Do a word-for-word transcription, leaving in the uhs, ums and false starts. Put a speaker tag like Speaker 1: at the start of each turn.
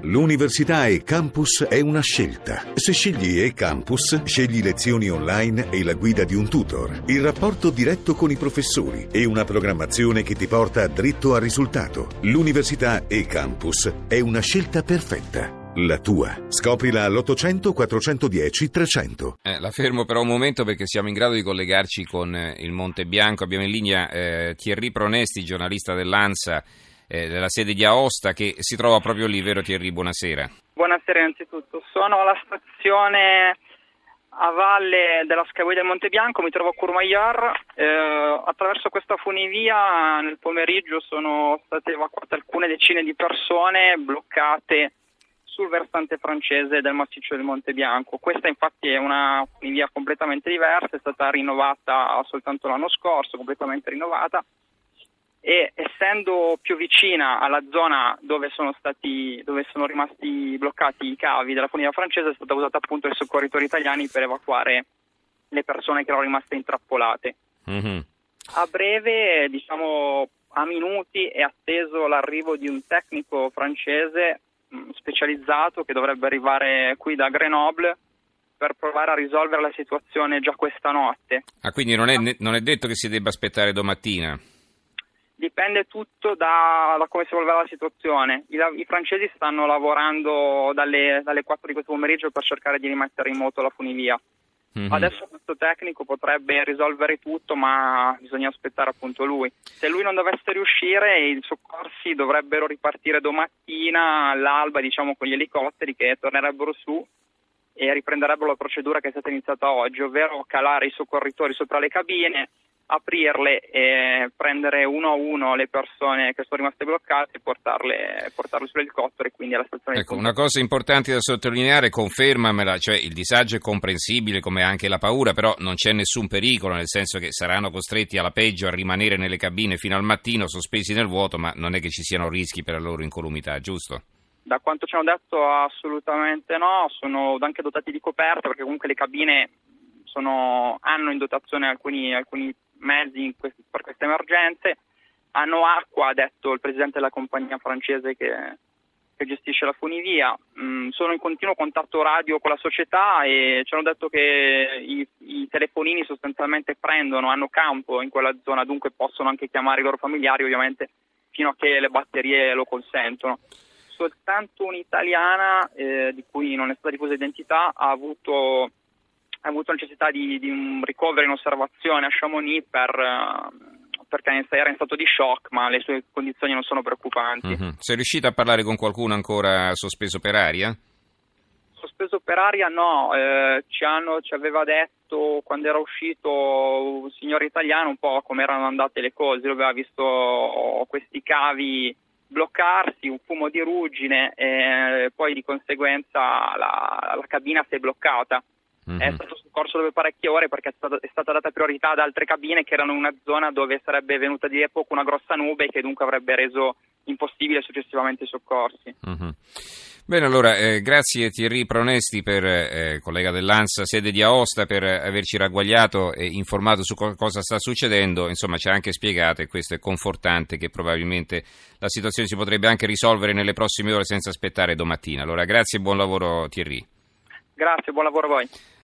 Speaker 1: L'università e-Campus è una scelta. Se scegli e-Campus, scegli lezioni online e la guida di un tutor, il rapporto diretto con i professori e una programmazione che ti porta dritto al risultato. L'università e-Campus è una scelta perfetta. La tua. Scoprila all'ottocento quattrocentodieci trecento.
Speaker 2: Eh, la fermo però un momento perché siamo in grado di collegarci con eh, il Monte Bianco. Abbiamo in linea eh, Thierry Pronesti, giornalista dell'ANSA, eh, della sede di Aosta, che si trova proprio lì, vero Thierry? Buonasera.
Speaker 3: Buonasera innanzitutto. Sono alla stazione a valle della Scavi del Monte Bianco, mi trovo a Courmayeur. Eh, attraverso questa funivia nel pomeriggio sono state evacuate alcune decine di persone bloccate sul versante francese del massiccio del Monte Bianco. Questa infatti è una funivia completamente diversa, è stata rinnovata soltanto l'anno scorso, completamente rinnovata, e essendo più vicina alla zona dove sono stati dove sono rimasti bloccati i cavi della funivia francese, è stata usata appunto dai soccorritori italiani per evacuare le persone che erano rimaste intrappolate. Mm-hmm. A breve, diciamo a minuti, è atteso l'arrivo di un tecnico francese specializzato che dovrebbe arrivare qui da Grenoble per provare a risolvere la situazione già questa notte.
Speaker 2: Ah, quindi non è, non è detto che si debba aspettare domattina?
Speaker 3: Dipende tutto da, da come si evolverà la situazione. I, I francesi stanno lavorando dalle, dalle quattro di questo pomeriggio per cercare di rimettere in moto la funivia. Mm-hmm. Adesso questo tecnico potrebbe risolvere tutto, ma bisogna aspettare appunto lui. Se lui non dovesse riuscire, i soccorsi dovrebbero ripartire domattina all'alba, diciamo, con gli elicotteri che tornerebbero su e riprenderebbero la procedura che è stata iniziata oggi, ovvero calare i soccorritori sopra le cabine, aprirle e prendere uno a uno le persone che sono rimaste bloccate e portarle, portarle sull'elicottero e quindi alla stazione.
Speaker 2: Ecco, una cosa importante da sottolineare, confermamela, cioè il disagio è comprensibile come anche la paura, però non c'è nessun pericolo, nel senso che saranno costretti alla peggio a rimanere nelle cabine fino al mattino sospesi nel vuoto, ma non è che ci siano rischi per la loro incolumità, giusto?
Speaker 3: Da quanto ci hanno detto assolutamente no, sono anche dotati di coperte perché comunque le cabine sono, hanno in dotazione alcuni, alcuni mezzi in questi, per queste emergenze, hanno acqua, ha detto il presidente della compagnia francese che, che gestisce la funivia. Mm, sono in continuo contatto radio con la società e ci hanno detto che i, i telefonini sostanzialmente prendono, hanno campo in quella zona, dunque possono anche chiamare i loro familiari ovviamente fino a che le batterie lo consentono. Soltanto un'italiana, eh, di cui non è stata diffusa identità, ha avuto ha avuto necessità di, di un ricovero in osservazione a Chamonix per, uh, perché era in stato di shock, ma le sue condizioni non sono preoccupanti. Mm-hmm.
Speaker 2: Sei riuscita a parlare con qualcuno ancora sospeso per aria?
Speaker 3: Sospeso per aria no, eh, ci, hanno, ci aveva detto quando era uscito un signore italiano un po' come erano andate le cose, lui aveva visto questi cavi bloccarsi, un fumo di ruggine e poi di conseguenza la, la cabina si è bloccata. Mm-hmm. È stato soccorso dopo parecchie ore perché è stata, è stata data priorità ad altre cabine che erano in una zona dove sarebbe venuta di poco una grossa nube che dunque avrebbe reso impossibile successivamente i soccorsi.
Speaker 2: Mm-hmm. Bene, allora eh, grazie Thierry Pronesti, per eh, collega dell'ANSA, sede di Aosta, per averci ragguagliato e informato su co- cosa sta succedendo. Insomma, ci ha anche spiegato, e questo è confortante, che probabilmente la situazione si potrebbe anche risolvere nelle prossime ore senza aspettare domattina. Allora grazie e buon lavoro Thierry.
Speaker 3: Grazie, buon lavoro a voi.